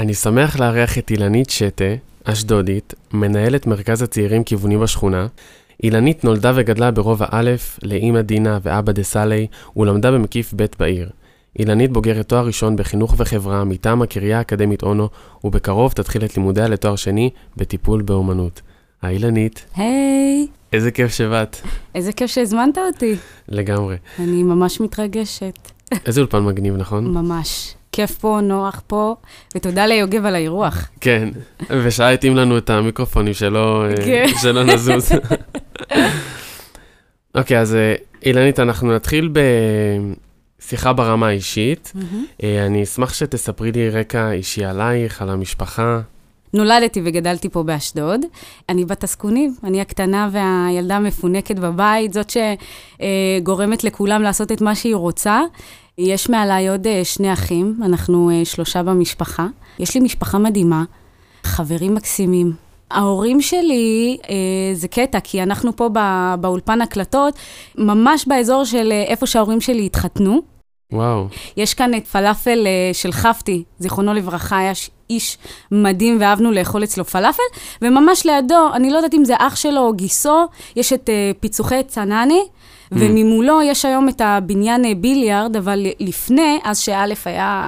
אני שמח לארח את אילנית שטה, אשדודית, מנהלת מרכז הצעירים כיווני בשכונה. אילנית נולדה וגדלה ברובע א', לאמא דינה ואבא דסלי, ולמדה במקיף ב' בעיר. אילנית בוגרת תואר ראשון בחינוך וחברה מטעם הקריה האקדמית אונו, ובקרוב תתחיל את לימודיה לתואר שני בטיפול באומנות. היי אילנית. היי. איזה כיף שבאת. איזה כיף שהזמנת אותי. לגמרי. אני ממש מתרגשת. איזה אולפן מגניב, נכון? ממש. כיף פה, נוח פה, ותודה ליוגב על האירוח. כן, ושעה התאים לנו את המיקרופונים שלא נזוז. אוקיי, אז אילנית, אנחנו נתחיל בשיחה ברמה האישית. אני אשמח שתספרי לי רקע אישי עלייך, על המשפחה. נולדתי וגדלתי פה באשדוד. אני בת עסקונים, אני הקטנה והילדה המפונקת בבית, זאת שגורמת לכולם לעשות את מה שהיא רוצה. יש מעליי עוד 2 אחים, אנחנו 3 במשפחה. יש לי משפחה מדהימה, חברים מקסימים. ההורים שלי, זה קטע, כי אנחנו פה באולפן הקלטות, ממש באזור של איפה שההורים שלי התחתנו. וואו. יש כאן את פלאפל של חפתי, זיכרונו לברכה, היה איש מדהים ואהבנו לאכול אצלו פלאפל, וממש לידו, אני לא יודעת אם זה אח שלו או גיסו, יש את פיצוחי צנני, וממולו יש היום את הבניין ביליארד, אבל לפני, אז שא' היה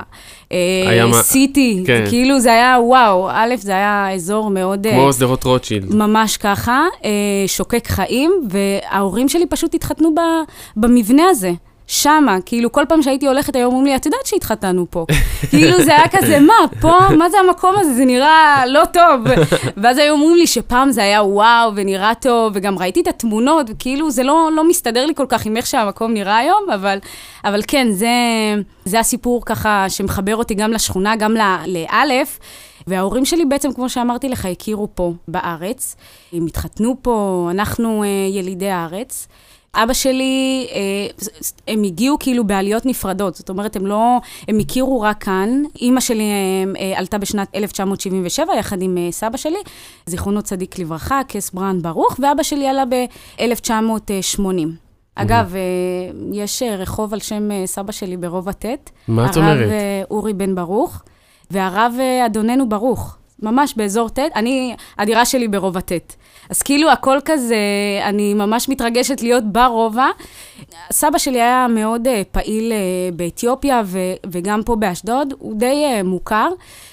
סיטי, כן. כאילו זה היה וואו, א' זה היה אזור מאוד... כמו שדרות רוטשילד. ממש ככה, שוקק חיים, וההורים שלי פשוט התחתנו במבנה הזה. שמה, כאילו כל פעם שהייתי הולכת היום אומרים לי, את יודעת שהתחתנו פה. כאילו זה היה כזה, מה, פה? מה זה המקום הזה? זה נראה לא טוב. ואז היו אומרים לי שפעם זה היה וואו ונראה טוב, וגם ראיתי את התמונות, וכאילו זה לא מסתדר לי כל כך עם איך שהמקום נראה היום, אבל כן, זה הסיפור ככה שמחבר אותי גם לשכונה, גם לאלף. וההורים שלי בעצם, כמו שאמרתי לך, הכירו פה בארץ. הם התחתנו פה, אנחנו ילידי הארץ. אבא שלי, הם הגיעו כאילו בעליות נפרדות, זאת אומרת, הם הכירו רק כאן. אמא שלי עלתה בשנת 1977, יחד עם סבא שלי, זיכרונו צדיק לברכה, קס ברן ברוך, ואבא שלי עלה ב-1980. אגב, יש רחוב על שם סבא שלי ברובע ט'. מה את אומרת? הרב אורי בן ברוך, והרב אדוננו ברוך. ממש באזור ט', הדירה שלי ברובע ט'. אז כאילו הכל כזה, אני ממש מתרגשת להיות ברובע. סבא שלי היה מאוד פעיל באתיופיה וגם פה באשדוד, הוא די מוכר,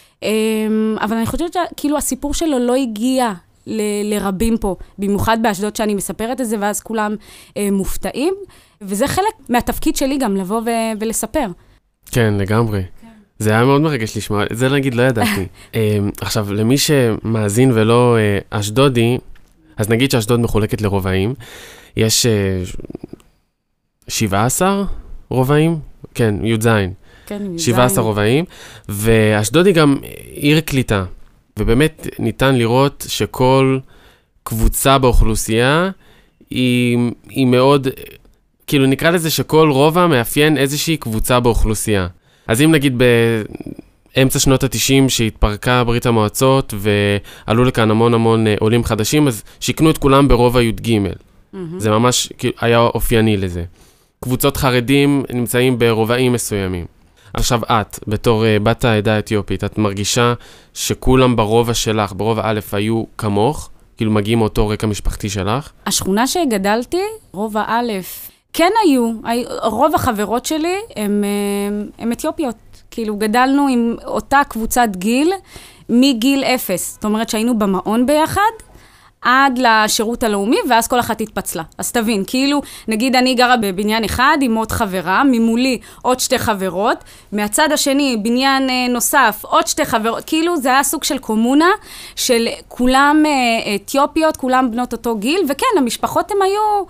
אבל אני חושבת שכאילו הסיפור שלו לא הגיע לרבים פה, במיוחד באשדוד שאני מספרת את זה, ואז כולם מופתעים, וזה חלק מהתפקיד שלי גם לבוא ולספר. כן, לגמרי. זה היה מאוד מרגש לשמוע, זה נגיד לא ידעתי. עכשיו, למי שמאזין ולא אשדודי, אז נגיד שאשדוד מחולקת לרובעים, יש 17 רובעים? כן, י"ז. כן, י"ז. 17 רובעים, ואשדוד היא גם עיר קליטה, ובאמת ניתן לראות שכל קבוצה באוכלוסייה היא מאוד, כאילו נקרא לזה שכל רובע מאפיין איזושהי קבוצה באוכלוסייה. אז אם נגיד באמצע שנות ה-90 שהתפרקה ברית המועצות ועלו לכאן המון עולים חדשים, אז שיקנו את כולם ברובע י"ג. זה ממש היה אופייני לזה. קבוצות חרדים נמצאים ברובעים מסוימים. עכשיו את, בתור בת העדה האתיופית, את מרגישה שכולם ברובע שלך, ברובע א' היו כמוך, כאילו מגיעים מאותו רקע משפחתי שלך? השכונה שגדלתי, רובע א', כן היו. רוב החברות שלי הם אתיופיות. כאילו גדלנו עם אותה קבוצת גיל מגיל 0. זאת אומרת שהיינו במעון ביחד עד לשירות הלאומי, ואז כל אחת התפצלה. אז תבין, כאילו, נגיד אני גרה בבניין אחד עם עוד חברה, ממולי עוד 2 חברות, מהצד השני בניין נוסף עוד 2 חברות, כאילו זה היה סוג של קומונה של כולם אתיופיות, כולם בנות אותו גיל, וכן, המשפחות הם היו...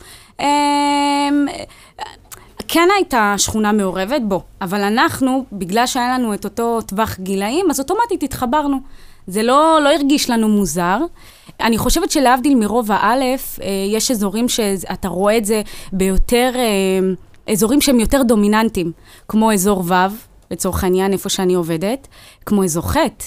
כן הייתה שכונה מעורבת בו, אבל אנחנו, בגלל שהיה לנו את אותו טווח גילאים, אז אוטומטית התחברנו. זה לא הרגיש לנו מוזר. אני חושבת שלהבדיל מרובע א', יש אזורים שאתה רואה את זה ביותר, אזורים שהם יותר דומיננטיים, כמו אזור ו', לצורך העניין, איפה שאני עובדת, כמו אזור ח'.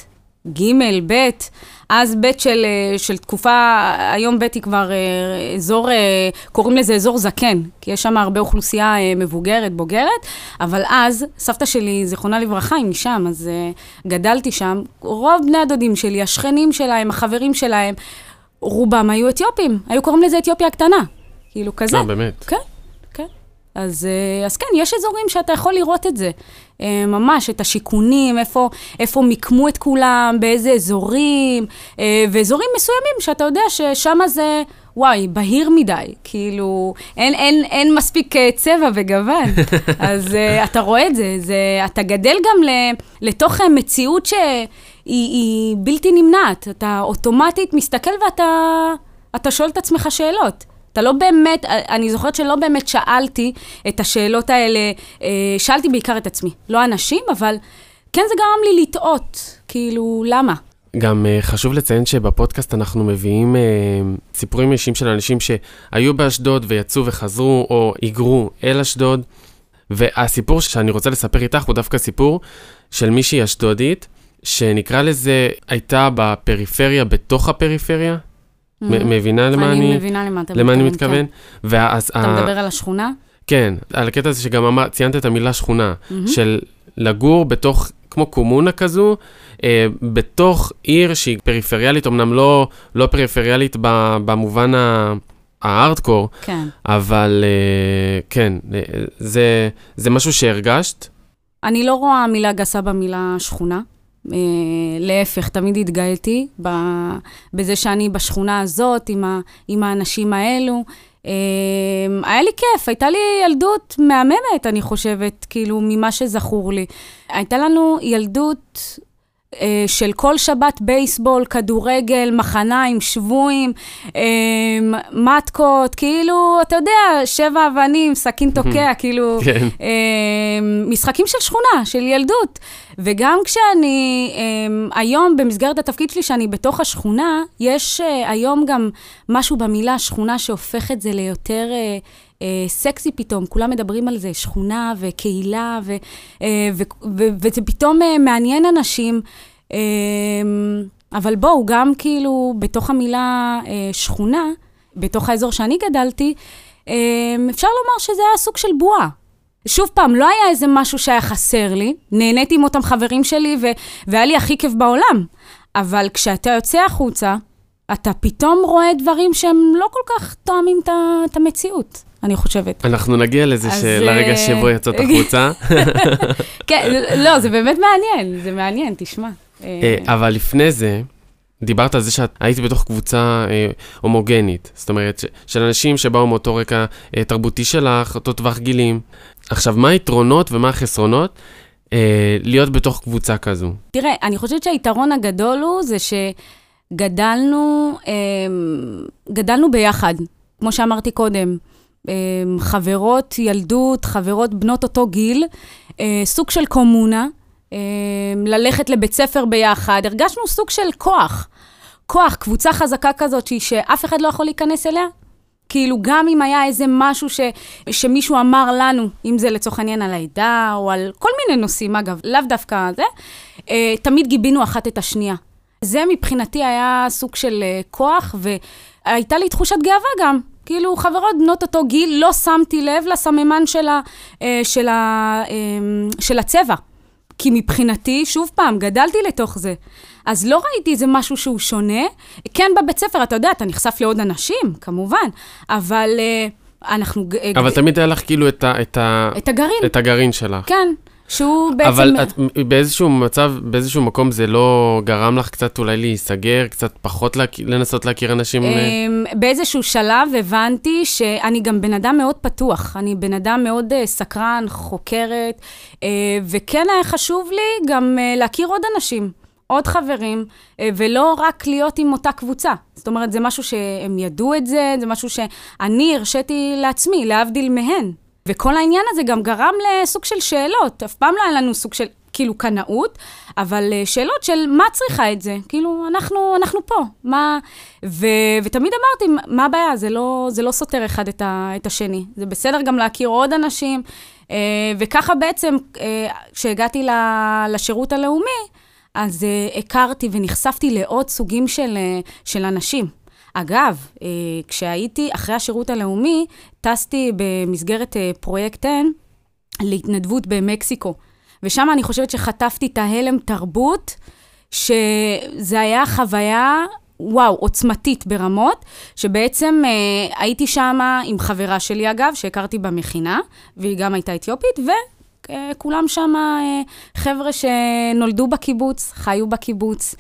ג', ב', אז ב' של תקופה, היום ב' היא כבר אזור, קוראים לזה אזור זקן, כי יש שם הרבה אוכלוסייה מבוגרת, בוגרת, אבל אז סבתא שלי, זיכרונה לברכה, היא משם, אז גדלתי שם, רוב בני הדודים שלי, השכנים שלהם, החברים שלהם, רובם היו אתיופים, היו קוראים לזה אתיופיה הקטנה, כאילו כזה. באמת. כן, כן. אז כן, יש אזורים שאתה יכול לראות את זה. ממש, את השיקונים, איפה מיקמו את כולם, באיזה אזורים, ואזורים מסוימים שאתה יודע ששם זה, וואי, בהיר מדי. כאילו, אין מספיק צבע וגוון. אז אתה רואה את זה. אתה גדל גם לתוך מציאות שהיא בלתי נמנעת. אתה אוטומטית מסתכל ואתה שואל את עצמך שאלות. אתה לא באמת, אני זוכרת שלא באמת שאלתי את השאלות האלה, שאלתי בעיקר את עצמי, לא אנשים, אבל כן זה גרם לי לטעות, כאילו, למה? גם חשוב לציין שבפודקאסט אנחנו מביאים סיפורים אישיים של אנשים שהיו באשדוד ויצאו וחזרו או היגרו אל אשדוד, והסיפור שאני רוצה לספר איתך הוא דווקא סיפור של מישהי אשדודית, שנקרא לזה, הייתה בפריפריה, בתוך הפריפריה, מבינה למה אני מבינה למה אני מתכוון? אתה מדבר על השכונה? כן, על הקטע הזה שגם ציינת את המילה שכונה, של לגור בתוך, כמו קומונה כזו, בתוך עיר שהיא פריפריאלית, אמנם לא פריפריאלית במובן הארדקור, אבל כן, זה משהו שהרגשת? אני לא רואה מילה גסה במילה שכונה. להפך, תמיד התגאיתי בזה שאני בשכונה הזאת, עם האנשים האלו. היה לי כיף, הייתה לי ילדות מהממת, אני חושבת, כאילו, ממה שזכור לי. הייתה לנו ילדות של כל שבת בייסבול, כדורגל, מחניים, שבועים, מתקות, כאילו, אתה יודע, 7 אבנים, סכין תוקע, כאילו, משחקים של שכונה, של ילדות. וגם כשאני, היום במסגרת התפקיד שלי, שאני בתוך השכונה, יש היום גם משהו במילה שכונה שהופך את זה ליותר סקסי פתאום, כולם מדברים על זה, שכונה וקהילה, וזה פתאום מעניין אנשים, אבל בואו, גם כאילו בתוך המילה שכונה, בתוך האזור שאני גדלתי, אפשר לומר שזה היה סוג של בועה. שוב פעם, לא היה איזה משהו שהיה חסר לי, נהניתי עם אותם חברים שלי, והיה לי הכי כיף בעולם. אבל כשאתה יוצא החוצה, אתה פתאום רואה דברים שהם לא כל כך תואמים את המציאות, אני חושבת. אנחנו נגיע לזה לרגע שבו יצאת החוצה. כן, לא, זה באמת מעניין, זה מעניין, תשמע. אבל לפני זה, דיברת על זה שאת היית בתוך קבוצה הומוגנית, זאת אומרת, של אנשים שבאו מאותו רקע תרבותי שלך, אותו טווח גילים. עכשיו, מה היתרונות ומה החסרונות להיות בתוך קבוצה כזו? תראה, אני חושבת שהיתרון הגדול הוא זה גדלנו ביחד, כמו שאמרתי קודם, חברות ילדות, חברות בנות אותו גיל, סוג של קומונה, ללכת לבית ספר ביחד, הרגשנו סוג של כוח, קבוצה חזקה כזאת שאף אחד לא יכול להיכנס אליה, כאילו גם אם היה איזה משהו שמישהו אמר לנו, אם זה לצורך העניין על העדה, או על כל מיני נושאים, אגב, לאו דווקא זה, תמיד גיבינו אחת את השנייה. זה מבחינתי היה סוג של כוח, והייתה לי תחושת גאווה גם. כאילו חברות בנות אותו גיל, לא שמתי לב לסממן של הצבע. כי מבחינתי, שוב פעם, גדלתי לתוך זה. אז לא ראיתי איזה משהו שהוא שונה. כן, בבית ספר, אתה יודע, אתה נחשף לעוד אנשים, כמובן. אבל אנחנו... אבל תמיד היה לך כאילו את הגרעין. את הגרעין שלך. כן, שהוא בעצם... אבל באיזשהו מצב, באיזשהו מקום זה לא גרם לך קצת אולי להיסגר, קצת פחות לנסות להכיר אנשים? באיזשהו שלב הבנתי שאני גם בן אדם מאוד פתוח, אני בן אדם מאוד סקרן, חוקרת, וכן היה חשוב לי גם להכיר עוד אנשים, עוד חברים, ולא רק להיות עם אותה קבוצה. זאת אומרת, זה משהו שהם ידעו את זה, זה משהו שאני הרשיתי לעצמי, להבדיל מהן. וכל העניין הזה גם גרם לסוג של שאלות. אף פעם לא היה לנו סוג של, כאילו, קנאות, אבל שאלות של מה צריכה את זה? כאילו, אנחנו פה. מה... ותמיד אמרתי, מה הבעיה? זה לא סותר אחד את השני. זה בסדר גם להכיר עוד אנשים. וככה בעצם, כשהגעתי לשירות הלאומי, אז הכרתי ונחשפתי לעוד סוגים של אנשים. אגב, כשהייתי אחרי השירות הלאומי, טסתי במסגרת פרויקט N להתנדבות במקסיקו. ושם אני חושבת שחטפתי את ההלם תרבות, שזה היה חוויה, וואו, עוצמתית ברמות, שבעצם הייתי שם עם חברה שלי אגב, שהכרתי במכינה, והיא גם הייתה אתיופית, וכולם שם חבר'ה שנולדו בקיבוץ, חיו בקיבוץ,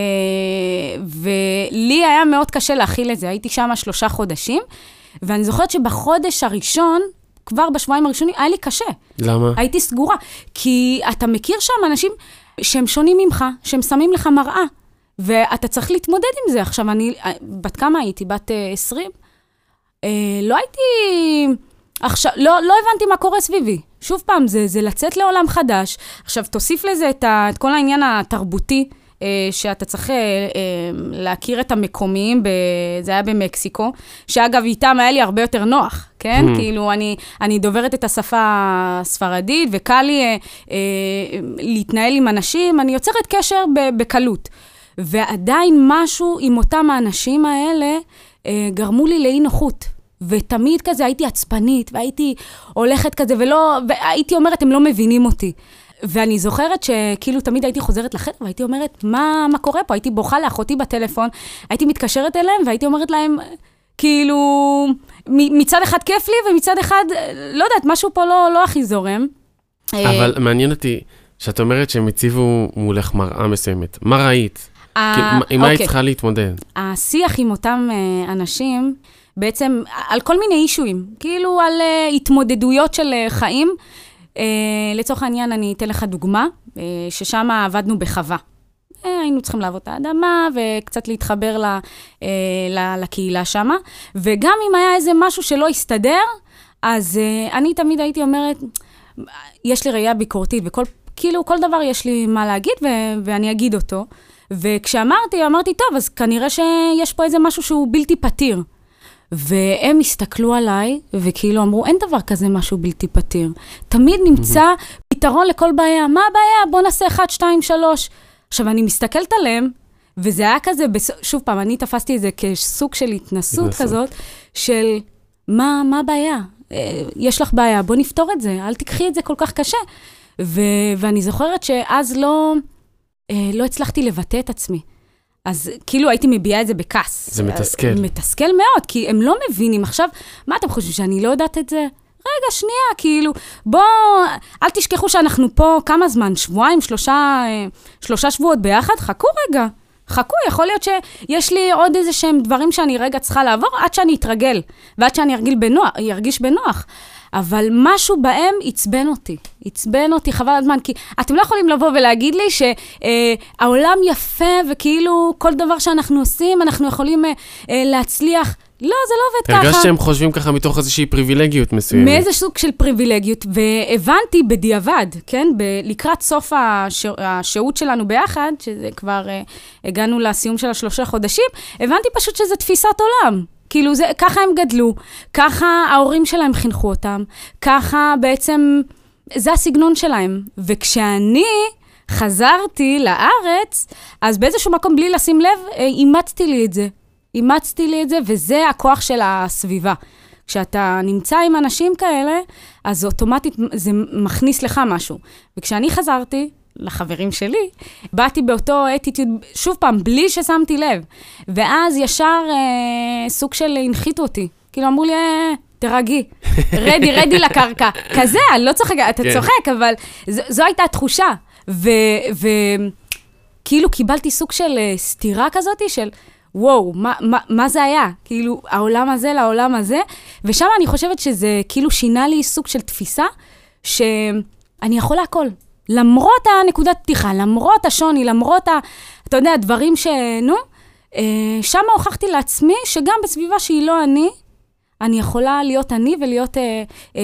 ולי היה מאוד קשה להכיל את זה, הייתי שם 3 חודשים, ואני זוכרת שבחודש הראשון, כבר בשבועיים הראשונים, היה לי קשה. למה? הייתי סגורה, כי אתה מכיר שם אנשים שהם שונים ממך, שהם שמים לך מראה, ואתה צריך להתמודד עם זה. עכשיו, בת כמה הייתי? בת 20? לא הייתי... עכשיו, לא הבנתי מה קורה סביבי. שוב פעם, זה לצאת לעולם חדש. עכשיו, תוסיף לזה את כל העניין התרבותי, שאתה צריך להכיר את המקומיים, זה היה במקסיקו, שאגב, איתם היה לי הרבה יותר נוח, כן? כאילו, אני דוברת את השפה הספרדית, וקל לי להתנהל עם אנשים, אני יוצרת קשר בקלות. ועדיין משהו עם אותם האנשים האלה, גרמו לי לאי נוחות. ותמיד כזה הייתי עצפנית, והייתי הולכת כזה, והייתי אומרת, הם לא מבינים אותי. ואני זוכרת שכאילו תמיד הייתי חוזרת לחדר, והייתי אומרת, מה קורה פה? הייתי בוכה לאחותי בטלפון, הייתי מתקשרת אליהם, והייתי אומרת להם, כאילו, מצד אחד כיף לי, ומצד אחד, לא יודעת, משהו פה לא הכי זורם. אבל מעניין אותי, שאת אומרת שהם הציבו מולך מראה מסוימת. מה ראית? עם מה היית צריכה להתמודד? השיח עם אותם אנשים, בעצם על כל מיני אישויים, כאילו על התמודדויות של חיים, לצורך העניין אני אתן לך דוגמה, ששם עבדנו בחווה. היינו צריכים לעבוד את האדמה, וקצת להתחבר לקהילה שם, וגם אם היה איזה משהו שלא הסתדר, אז אני תמיד הייתי אומרת, יש לי ראייה ביקורתית, וכאילו כל דבר יש לי מה להגיד, ואני אגיד אותו. וכשאמרתי, טוב, אז כנראה שיש פה איזה משהו שהוא בלתי פתיר. והם הסתכלו עליי, וכאילו אמרו, אין דבר כזה משהו בלתי פתיר. תמיד נמצא פתרון לכל בעיה. מה הבעיה? בוא נעשה 1, 2, 3. עכשיו, אני מסתכלת עליהם, וזה היה כזה, שוב פעם, אני תפסתי את זה כסוג של התנסות כזאת, של מה הבעיה? יש לך בעיה, בוא נפתור את זה, אל תקחי את זה כל כך קשה. ואני זוכרת שאז לא הצלחתי לבטא את עצמי. אז כאילו הייתי מביאה את זה בכעס. זה מתסכל. מתסכל מאוד, כי הם לא מבינים. עכשיו, מה אתם חושבים, שאני לא יודעת את זה? רגע, שנייה, כאילו, אל תשכחו שאנחנו פה כמה זמן, שבועיים, 3 שבועות ביחד, חכו רגע. חכו, יכול להיות שיש לי עוד איזה שהם דברים שאני רגע צריכה לעבור, עד שאני אתרגל, ועד שאני ארגיש בנוח. אבל משהו בהם עצבן אותי חבל הזמן, כי אתם לא יכולים לבוא ולהגיד לי שהעולם יפה, וכאילו כל דבר שאנחנו עושים, אנחנו יכולים להצליח. לא, זה לא עובד ככה. הרגשת שהם חושבים ככה מתוך איזושהי פריבילגיות מסוימת. מאיזה סוג של פריבילגיות, והבנתי בדיעבד, כן? לקראת סוף השהות שלנו ביחד, שזה כבר הגענו לסיום של 3 חודשים, הבנתי פשוט שזה תפיסת עולם. כאילו, ככה הם גדלו, ככה ההורים שלהם חינכו אותם, ככה בעצם, זה הסגנון שלהם. וכשאני חזרתי לארץ, אז באיזשהו מקום, בלי לשים לב, אימצתי לי את זה, וזה הכוח של הסביבה. כשאתה נמצא עם אנשים כאלה, אז אוטומטית זה מכניס לך משהו. וכשאני חזרתי לחברים שלי, באתי באותו אטיטיוד, שוב פעם, בלי ששמתי לב. ואז ישר סוג של הנחיתו אותי. כאילו אמרו לי, תרגי, רדי לקרקע. כזה, אני לא צוחק, אתה צוחק, אבל זו הייתה התחושה. וכאילו קיבלתי סוג של סתירה כזאת, של וואו, מה זה היה? כאילו, העולם הזה לעולם הזה. ושם אני חושבת שזה כאילו שינה לי סוג של תפיסה, שאני יכולה הכל. למרות הנקודת פתיחה, למרות השוני, למרות, אתה יודע, הדברים שם הוכחתי לעצמי שגם בסביבה שהיא לא אני יכולה להיות אני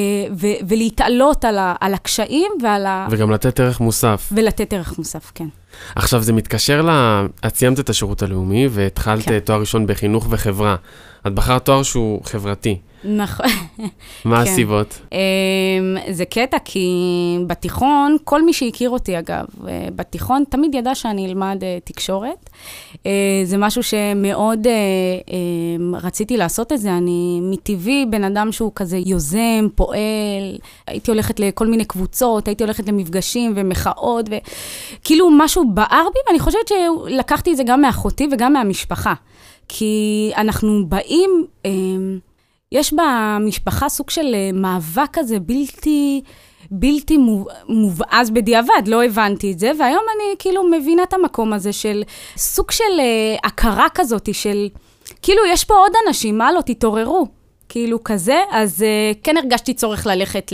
ולהתעלות על הקשיים ועל וגם לתת ערך מוסף. ולתת ערך מוסף, כן. עכשיו, זה מתקשר את סיימת את השירות הלאומי, והתחלת תואר ראשון בחינוך וחברה. את בחרת תואר שהוא חברתי. נכון. מה הסיבות? זה קטע, כי בתיכון, כל מי שהכיר אותי אגב, בתיכון תמיד ידע שאני אלמד תקשורת. זה משהו שמאוד רציתי לעשות את זה. אני מטבעי בן אדם שהוא כזה יוזם, פועל. הייתי הולכת לכל מיני קבוצות, הייתי הולכת למפגשים ומחאות, וכאילו משהו בער בי, ואני חושבת שלקחתי את זה גם מאחותי וגם מהמשפחה. כי אנחנו באים... יש במשפחה סוג של מאבק כזה בלתי מובאז בדיעבד, לא הבנתי את זה, והיום אני כאילו מבינה את המקום הזה של סוג של הכרה כזאת, של כאילו יש פה עוד אנשים, מה לא תתעוררו, כאילו כזה, אז כן הרגשתי צורך ללכת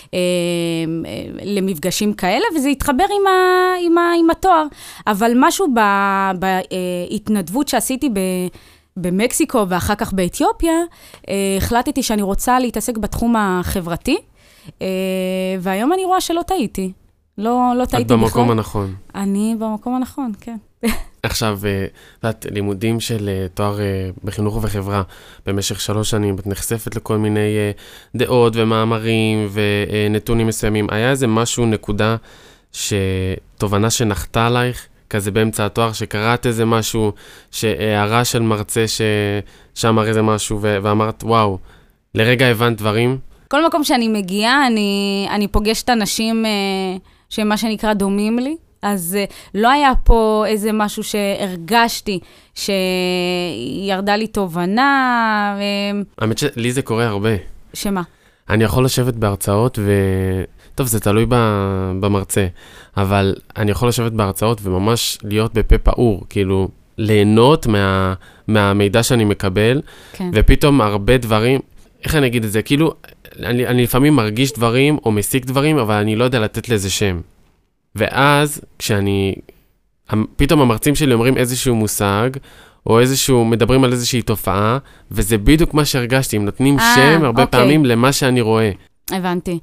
למפגשים כאלה, וזה התחבר עם התואר, אבל משהו בהתנדבות שעשיתי במקסיקו ואחר כך באתיופיה, החלטתי שאני רוצה להתעסק בתחום החברתי, והיום אני רואה שלא טעיתי. לא טעיתי בכלל. את במקום הנכון. אני במקום הנכון, כן. עכשיו, לימודים של תואר בחינוך וחברה במשך 3 שנים, את נחשפת לכל מיני דעות ומאמרים ונתונים מסוימים. היה איזה משהו, נקודה, תובנה שנחתה עלייך? כזה באמצע התואר, שקראת איזה משהו, שהערה של מרצה שאמר איזה משהו, ואמרת, וואו, לרגע הבנת דברים? כל מקום שאני מגיעה, אני פוגשת אנשים שמה שנקרא דומים לי, אז לא היה פה איזה משהו שהרגשתי, שירדה לי תובנה. האמת שלי זה קורה הרבה. שמה? אני יכול לשבת בהרצאות טוב, זה תלוי במרצה, אבל אני יכול לשבת בהרצאות וממש להיות בפה פעור, כאילו, ליהנות מהמידע שאני מקבל, כן. ופתאום הרבה דברים, איך אני אגיד את זה? כאילו, אני לפעמים מרגיש דברים או מסיק דברים, אבל אני לא יודע לתת לזה שם. ואז, פתאום המרצים שלי אומרים איזשהו מושג, או מדברים על איזושהי תופעה, וזה בדיוק מה שהרגשתי, הם נותנים שם הרבה פעמים למה שאני רואה. הבנתי.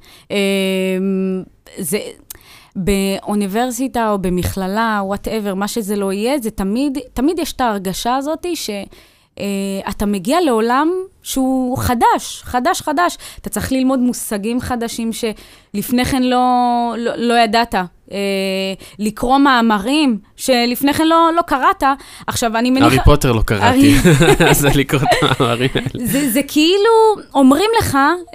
זה באוניברסיטה או במכללה, whatever, מה שזה לא יהיה, זה תמיד יש את ההרגשה הזאת שאתה מגיע לעולם שהוא חדש. אתה צריך ללמוד מושגים חדשים שלפני כן לא ידעת. לקרוא מאמרים שלפני כן לא קראת. עכשיו, אני מניחה... הארי פוטר לא קראתי, אז לקרוא את המאמרים האלה. זה כאילו, אומרים לך,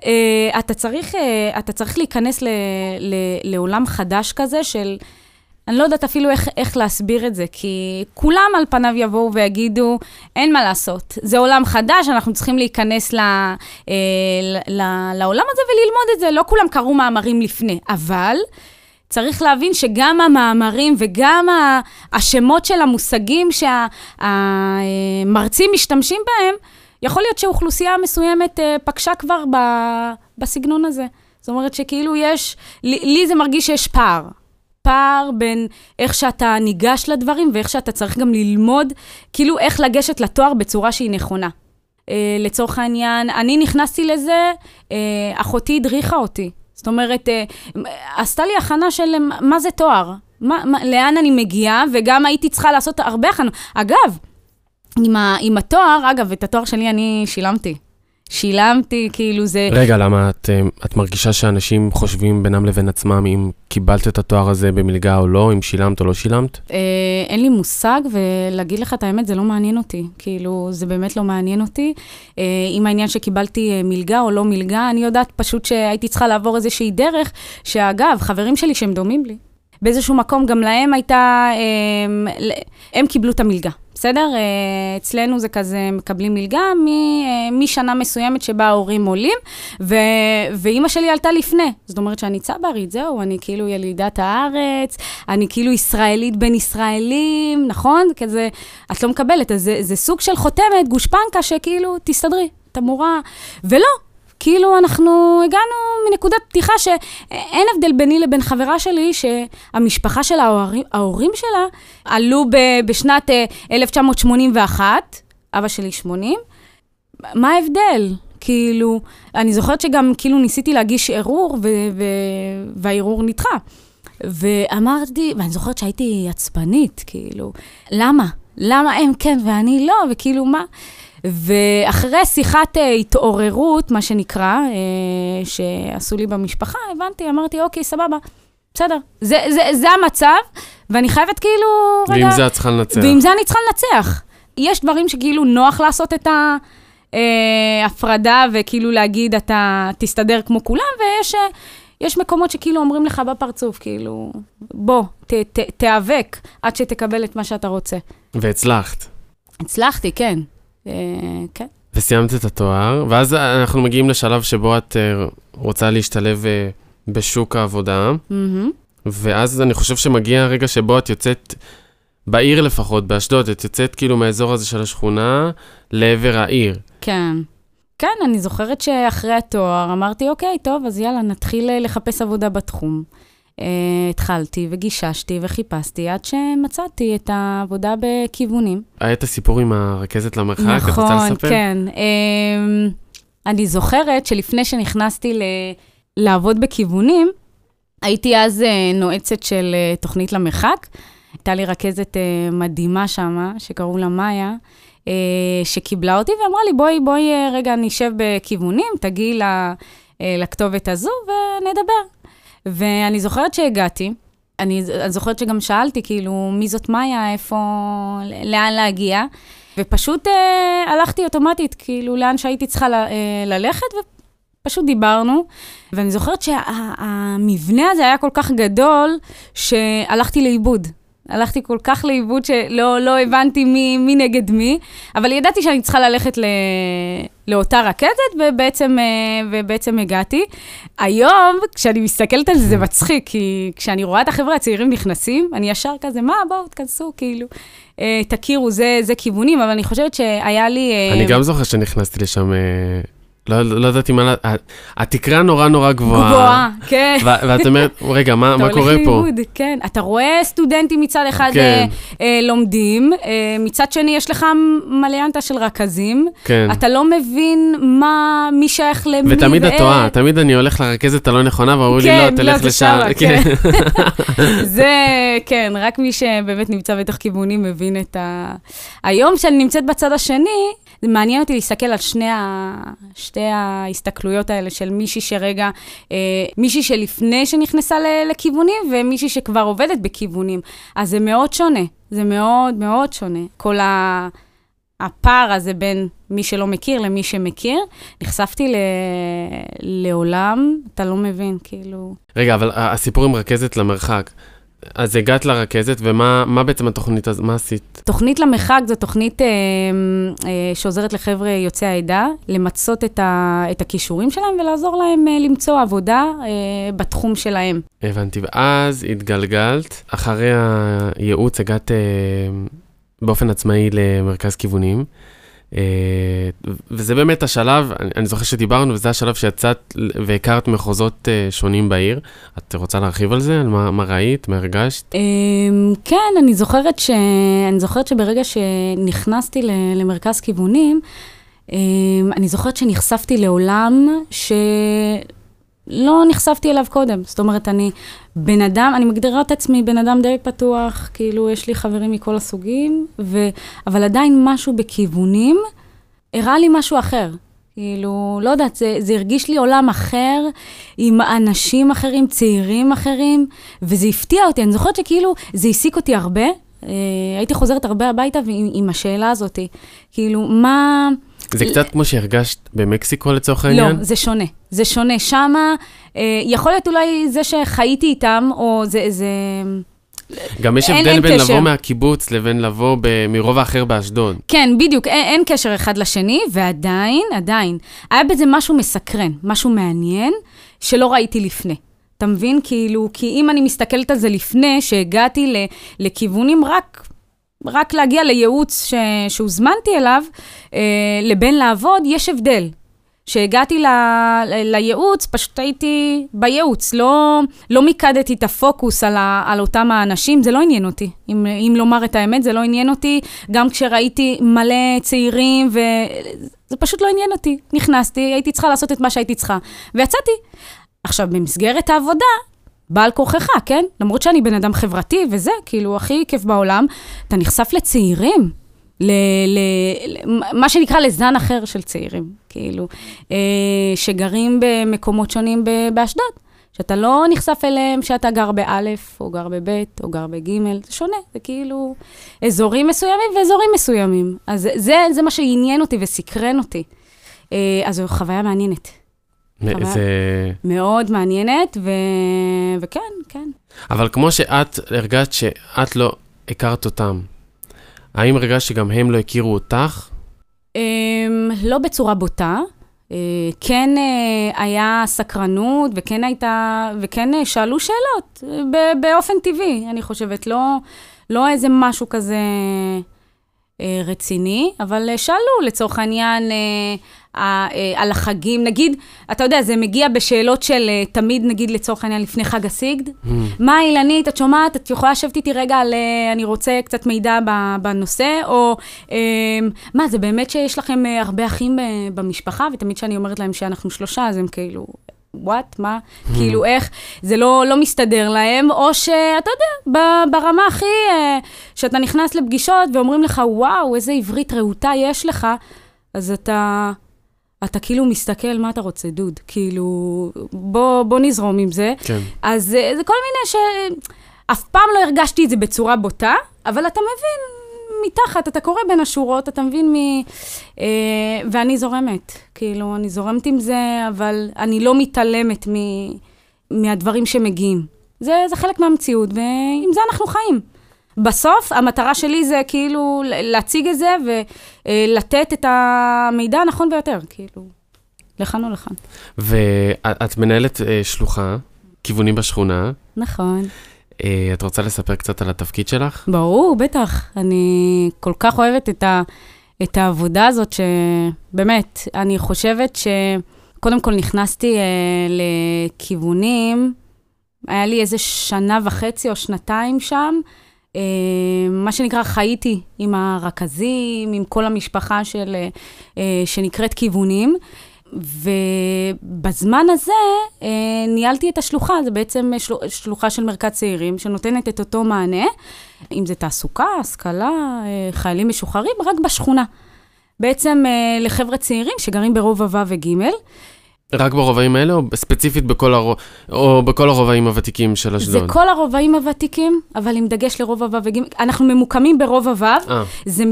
אתה צריך להיכנס לעולם חדש כזה של... אני לא יודעת אפילו איך להסביר את זה, כי כולם על פניו יבואו ויגידו, אין מה לעשות. זה עולם חדש, אנחנו צריכים להיכנס לעולם הזה וללמוד את זה. לא כולם קראו מאמרים לפני, אבל צריך להבין שגם המאמרים וגם השמות של המושגים שהמרצים משתמשים בהם, יכול להיות שאוכלוסייה מסוימת פגשה כבר בסגנון הזה. זאת אומרת שכאילו לי זה מרגיש שיש פער בין איך שאתה ניגש לדברים, ואיך שאתה צריך גם ללמוד, כאילו איך לגשת לתואר בצורה שהיא נכונה. לצורך העניין, אני נכנסתי לזה, אחותי הדריכה אותי. זאת אומרת, עשתה לי הכנה של מה זה תואר, לאן אני מגיעה, וגם הייתי צריכה לעשות הרבה הכנה. אגב, עם התואר, את התואר שלי אני שילמתי, כאילו זה... רגע, למה את מרגישה שאנשים חושבים בינם לבין עצמם אם קיבלת את התואר הזה במלגה או לא, אם שילמת או לא שילמת? אין לי מושג, ולהגיד לך את האמת, זה לא מעניין אותי. כאילו, זה באמת לא מעניין אותי. עם העניין שקיבלתי מלגה או לא מלגה, אני יודעת פשוט שהייתי צריכה לעבור איזושהי דרך, שאגב, חברים שלי שהם דומים לי. באיזשהו מקום גם להם הייתה, הם קיבלו את המלגה. בסדר? אצלנו זה כזה, מקבלים מלגה משנה מסוימת שבה ההורים עולים, ואמא שלי עלתה לפני. זאת אומרת שאני צברית, זהו, אני כאילו ילידת הארץ, אני כאילו ישראלית בין ישראלים, נכון? כזה, את לא מקבלת, אז זה סוג של חותמת, גושפנקה, שכאילו תסתדרי, את אמורה, ולא. כאילו אנחנו הגענו מנקודת פתיחה שאין הבדל ביני לבין חברה שלי, שהמשפחה של ההורים שלה עלו בשנת 1981, אבא שלי 80. מה ההבדל? כאילו, אני זוכרת שגם כאילו ניסיתי להגיש ערעור, והערעור נדחה. ואמרתי, ואני זוכרת שהייתי עצבנית, כאילו, למה? למה הם כן ואני לא? וכאילו מה? ואחרי שיחת התעוררות, מה שנקרא, שעשו לי במשפחה, הבנתי, אמרתי, אוקיי, סבבה, בסדר. זה המצב, ואני חייבת כאילו, ועם זה את צריכה לנצח. ועם זה אני צריכה לנצח. יש דברים שכאילו נוח לעשות את ההפרדה, וכאילו להגיד, אתה תסתדר כמו כולם, ויש מקומות שכאילו אומרים לך בפרצוף, כאילו, בוא, תיאבק עד שתקבל את מה שאתה רוצה. והצלחת. הצלחתי, כן. כן. וסיימת את התואר, ואז אנחנו מגיעים לשלב שבו את רוצה להשתלב בשוק העבודה, ואז אני חושב שמגיע הרגע שבו את יוצאת, בעיר לפחות, באשדוד, את יוצאת כאילו מהאזור הזה של השכונה, לעבר העיר. כן. כן, אני זוכרת שאחרי התואר אמרתי, אוקיי, טוב, אז יאללה, נתחיל לחפש עבודה בתחום. התחלתי וגיששתי וחיפשתי עד שמצאתי את העבודה בכיוונים. היה את הסיפור עם הרכזת למרחק, נכון, את רוצה לספר? כן. אני זוכרת שלפני שנכנסתי לעבוד בכיוונים, הייתי אז נועצת של תוכנית למרחק. הייתה לי רכזת מדהימה שמה, שקראו לה מאיה, שקיבלה אותי ואמרה לי, בואי רגע נשב בכיוונים, תגיעי לכתובת הזו ונדבר. ואני זוכרת שהגעתי, אני זוכרת שגם שאלתי, כאילו, מי זאת מאיה, איפה, לאן להגיע, ופשוט הלכתי אוטומטית, כאילו, לאן שהייתי צריכה ללכת, ופשוט דיברנו, ואני זוכרת שהמבנה הזה היה כל כך גדול, שהלכתי לאיבוד. הלכתי כל כך לאיבוד שלא הבנתי מי נגד מי, אבל ידעתי שאני צריכה ללכת לאותה רכזת, ובעצם הגעתי. היום, כשאני מסתכלת על זה, זה מצחיק, כי כשאני רואה את החבר'ה הצעירים נכנסים, אני ישר כזה, מה, בואו, תכנסו, כאילו, תכירו, זה כיוונים, אבל אני חושבת שהיה לי... אני גם זוכר שנכנסתי לשם... לא ידעתי מה... התקרה נורא גבוהה. גבוהה, כן. ואת אומרת, רגע, מה קורה פה? כן, אתה רואה סטודנטים מצד אחד לומדים, מצד שני יש לך מליאנטה של רכזים, אתה לא מבין מי שייך למי. ותמיד את טועה, תמיד אני הולך לרכזת הלא נכונה, ואומרו לי, לא, תלך לשם. זה, כן, רק מי שבאמת נמצא בתוך כיוונים מבין את היום שאני נמצאת בצד השני, זה מעניין אותי להסתכל על שתי ההסתכלויות האלה של מישהי שרגע, מישהי שלפני שנכנסה לכיוונים, ומישהי שכבר עובדת בכיוונים. אז זה מאוד שונה, זה מאוד מאוד שונה. כל הפער הזה בין מי שלא מכיר למי שמכיר, נחשפתי לעולם, אתה לא מבין, כאילו... רגע, אבל הסיפור עם רכזת למרחק, אז הגעת לרכזת, ומה בעצם התוכנית הזאת? מה עשית? תוכנית למרחק זו תוכנית שעוזרת לחבר'ה יוצאי העדה, למצות את הכישורים שלהם, ולעזור להם למצוא עבודה בתחום שלהם. הבנתי, ואז התגלגלת, אחרי הייעוץ הגעת באופן עצמאי למרכז כיוונים, וזה באמת השלב, אני זוכר שדיברנו, וזה השלב שיצאת והכרת מחוזות שונים בעיר. את רוצה להרחיב על זה? על מה ראית? מה הרגשת? כן, אני זוכרת שברגע שנכנסתי למרכז כיוונים, אני זוכרת שנחשפתי לעולם שלא נחשפתי אליו קודם. זאת אומרת, אני מגדירה את עצמי בן אדם דרג פתוח, כאילו יש לי חברים מכל הסוגים, אבל עדיין משהו בכיוונים, הראה לי משהו אחר. כאילו, לא יודעת, זה הרגיש לי עולם אחר, עם אנשים אחרים, צעירים אחרים, וזה הפתיע אותי. אני זוכרת שכאילו, זה העסיק אותי הרבה, הייתי חוזרת הרבה הביתה עם השאלה הזאת. כאילו, מה... זה קצת כמו שהרגשת במקסיקו לצורך העניין? לא, זה שונה. זה שונה. שמה, יכול להיות אולי זה שחייתי איתם, או זה... גם יש הבדל בין לבוא מהקיבוץ לבין לבוא מרובע אחר באשדוד. כן, בדיוק. אין קשר אחד לשני, ועדיין, היה בזה משהו מסקרן, משהו מעניין, שלא ראיתי לפני. אתה מבין? כאילו, כי אם אני מסתכלת על זה לפני, שהגעתי לכיוונים רק להגיע לייעוץ שהוזמנתי אליו, לבין לעבוד, יש הבדל. שהגעתי לייעוץ, פשוט הייתי בייעוץ, לא מיקדתי את הפוקוס על אותם האנשים, זה לא עניין אותי. אם לומר את האמת, זה לא עניין אותי, גם כשראיתי מלא צעירים, וזה פשוט לא עניין אותי. נכנסתי, הייתי צריכה לעשות את מה שהייתי צריכה, ויצאתי. עכשיו, במסגרת העבודה, בעל כוחך, כן? למרות שאני בן אדם חברתי וזה, כאילו, הכי כיף בעולם, אתה נחשף לצעירים, מה שנקרא לזן אחר של צעירים, כאילו, שגרים במקומות שונים באשדוד, שאתה לא נחשף אליהם, שאתה גר באלף, או גר בבית, או גר בגימל, זה שונה, זה כאילו אזורים מסוימים ואזורים מסוימים. אז זה מה שעניין אותי וסקרן אותי. אז זו חוויה מעניינת. זה... מאוד מעניינת, וכן, כן. אבל כמו שאת הרגשת שאת לא הכרת אותם, האם הרגשת שגם הם לא הכירו אותך? לא בצורה בוטה. כן היה סקרנות, וכן שאלו שאלות, באופן טבעי, אני חושבת, לא איזה משהו כזה רציני, אבל שאלו לצורך העניין על החגים, נגיד, אתה יודע, זה מגיע בשאלות של תמיד, נגיד לצורך העניין לפני חג הסיגד, מה אילנית, את שומעת, את יכולה לשבת איתי רגע על, אני רוצה קצת מידע בנושא, או מה, זה באמת שיש לכם הרבה אחים במשפחה, ותמיד שאני אומרת להם שאנחנו 3, אז הם כאילו... what? מה? כאילו איך? זה לא מסתדר להם, או שאתה יודע, ברמה הכי, שאתה נכנס לפגישות ואומרים לך, וואו, איזה עברית רהוטה יש לך, אז אתה כאילו מסתכל, מה אתה רוצה, דוד? כאילו, בוא נזרום עם זה. כן. אז זה כל מיני אף פעם לא הרגשתי את זה בצורה בוטה, אבל אתה מבין מתחת, אתה קורא בין השורות, אתה מבין ואני זורמת. כאילו, אני זורמת עם זה, אבל אני לא מתעלמת מהדברים שמגיעים. זה חלק מהמציאות, ועם זה אנחנו חיים. בסוף, המטרה שלי זה כאילו להציג את זה, ולתת את המידע הנכון ביותר, כאילו, לכאן או לכאן. ואת מנהלת שלוחה, כיוונים בשכונה. נכון. את רוצה לספר קצת על התפקיד שלך? ברור, בטח. אני כל כך אוהבת את העבודה הזאת, שבאמת, אני חושבת שקודם כל נכנסתי לכיוונים, היה לי איזה 1.5 שנה או 2 שם, מה שנקרא חייתי עם הרכזים, עם כל המשפחה שנקראת כיוונים, ובזמן הזה ניהלתי את השלוחה, זה בעצם שלוחה של מרכז צעירים, שנותנת את אותו מענה, אם זה תעסוקה, השכלה, חיילים משוחררים, רק בשכונה. בעצם לחבר'ה צעירים שגרים ברובע ו' וג'. רק ברובעים האלה, או ספציפית בכל הרובעים הוותיקים של אשדוד? זה כל הרובעים הוותיקים, אבל עם דגש לרובע ו' וג'. אנחנו ממוקמים ברובע ו', זה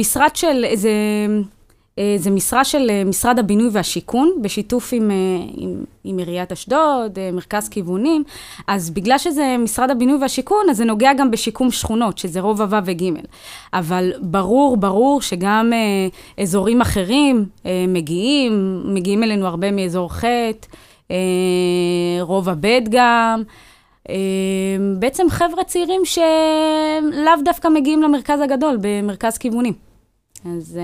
משרה של משרד הבינוי והשיכון, בשיתוף עם עיריית אשדוד, מרכז כיוונים, אז בגלל שזה משרד הבינוי והשיכון, אז זה נוגע גם בשיקום שכונות, שזה רובע ו' וג'. אבל ברור שגם אזורים אחרים מגיעים אלינו הרבה מאזור ח', רובע ב' גם, בעצם חבר'ה צעירים שלאו דווקא מגיעים למרכז הגדול, במרכז כיוונים. אז...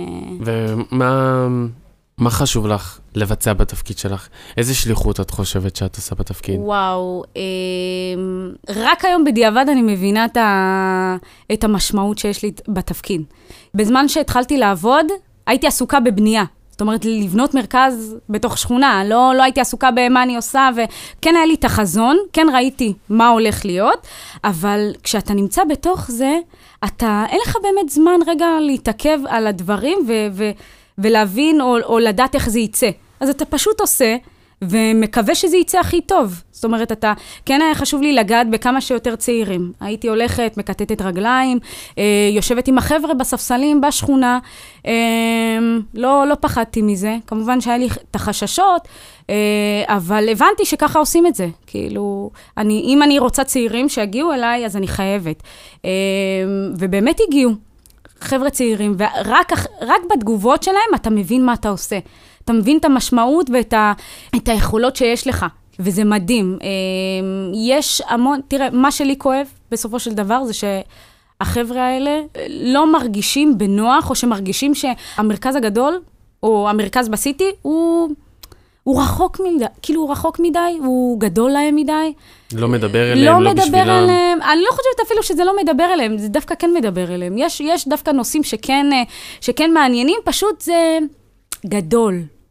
ומה חשוב לך לבצע בתפקיד שלך? איזה שליחות את חושבת שאת עושה בתפקיד? וואו, רק היום בדיעבד אני מבינה את המשמעות שיש לי בתפקיד. בזמן שהתחלתי לעבוד, הייתי עסוקה בבנייה. זאת אומרת, לבנות מרכז בתוך שכונה, לא הייתי עסוקה במה אני עושה, וכן היה לי את החזון, כן ראיתי מה הולך להיות, אבל כשאתה נמצא בתוך זה, אין לך באמת זמן רגע להתעכב על הדברים, ולהבין או לדעת איך זה יצא. אז אתה פשוט עושה, ומקווה שזה יצא הכי טוב. זאת אומרת, כן היה חשוב לי לגעת בכמה שיותר צעירים. הייתי הולכת, מקטטת רגליים, יושבת עם החבר'ה בספסלים, בשכונה. לא פחדתי מזה. כמובן שהיה לי את החששות, אבל הבנתי שככה עושים את זה. כאילו, אם אני רוצה צעירים שיגיעו אליי, אז אני חייבת. ובאמת הגיעו חבר'ה צעירים, ורק בתגובות שלהם אתה מבין מה אתה עושה. אתה מבין את המשמעות ואת היכולות שיש לך, וזה מדהים. יש המון, תראה, מה שלי כואב בסופו של דבר זה שהחבר'ה האלה לא מרגישים בנוח, או שמרגישים שהמרכז הגדול, או המרכז בסיטי, הוא רחוק מדי, כאילו הוא רחוק מדי, הוא גדול להם מדי. לא מדבר אליהם, לא בשבילם. אני לא חושבת אפילו שזה לא מדבר אליהם, זה דווקא כן מדבר אליהם. יש דווקא נושאים שכן מעניינים, פשוט זה גדול.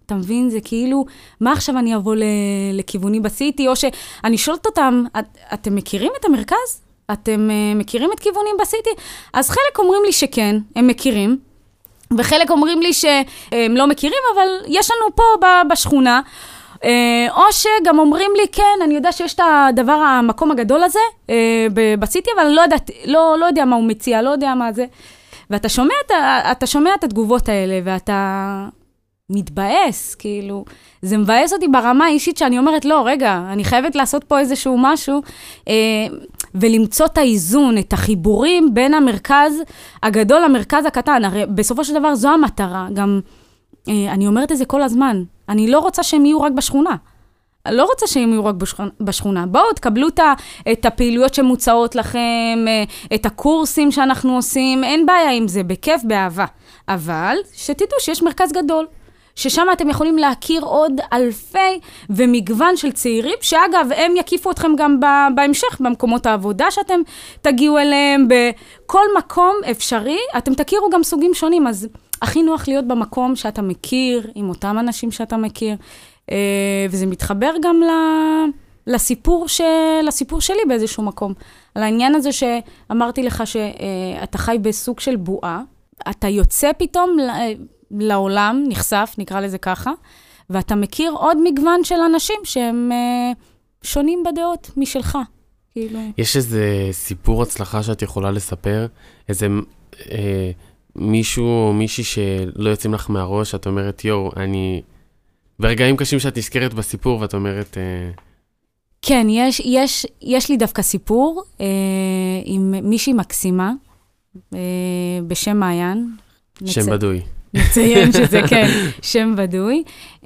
אתה מבין? זה כאילו, מה עכשיו אני אבוא לכיווני בסיטי, או שאני שואלת אותם, אתם מכירים את המרכז? אתם מכירים את כיוונים בסיטי? אז חלק אומרים לי שכן, הם מכירים, וחלק אומרים לי שהם לא מכירים, אבל יש לנו פה בשכונה, או שגם אומרים לי, כן, אני יודע שיש את הדבר, המקום הגדול הזה בסיטי, אבל לא יודע מה הוא מציע, לא יודע מה זה. ואתה שומע את התגובות האלה, ואתה מתבאס, כאילו, זה מבאס אותי ברמה האישית שאני אומרת, לא, רגע, אני חייבת לעשות פה איזשהו משהו, ולמצוא את האיזון, את החיבורים בין המרכז הגדול למרכז הקטן. הרי בסופו של דבר זו המטרה, גם אני אומרת את זה כל הזמן, אני לא רוצה שהם יהיו רק בשכונה. לא רוצה שהם יהיו רק בשכונה. בואו, תקבלו את הפעילויות שמוצעות לכם, את הקורסים שאנחנו עושים, אין בעיה עם זה, בכיף, באהבה. אבל שתדעו שיש מרכז גדול, ששם אתם יכולים להכיר עוד אלפי ומגוון של צעירים, שאגב, הם יקיפו אתכם גם בהמשך, במקומות העבודה שאתם תגיעו אליהם, בכל מקום אפשרי, אתם תכירו גם סוגים שונים, אז הכי נוח להיות במקום שאתה מכיר, עם אותם אנשים שאתה מכיר, וזה מתחבר גם לסיפור שלי באיזשהו מקום. על העניין הזה שאמרתי לך שאתה חי בסוג של בועה, אתה יוצא פתאום לעולם, נחשף, נקרא לזה ככה, ואתה מכיר עוד מגוון של אנשים שהם שונים בדעות משלך. כאילו. יש איזה סיפור הצלחה שאת יכולה לספר? איזה מישהו או מישהי שלא יוצאים לך מהראש, את אומרת, יו, ברגעים קשים שאת נזכרת בסיפור, ואת אומרת... כן, יש לי דווקא סיפור עם מישהי מקסימה, בשם מעיין. שם בדוי. נציין שזה כן, שם בדוי.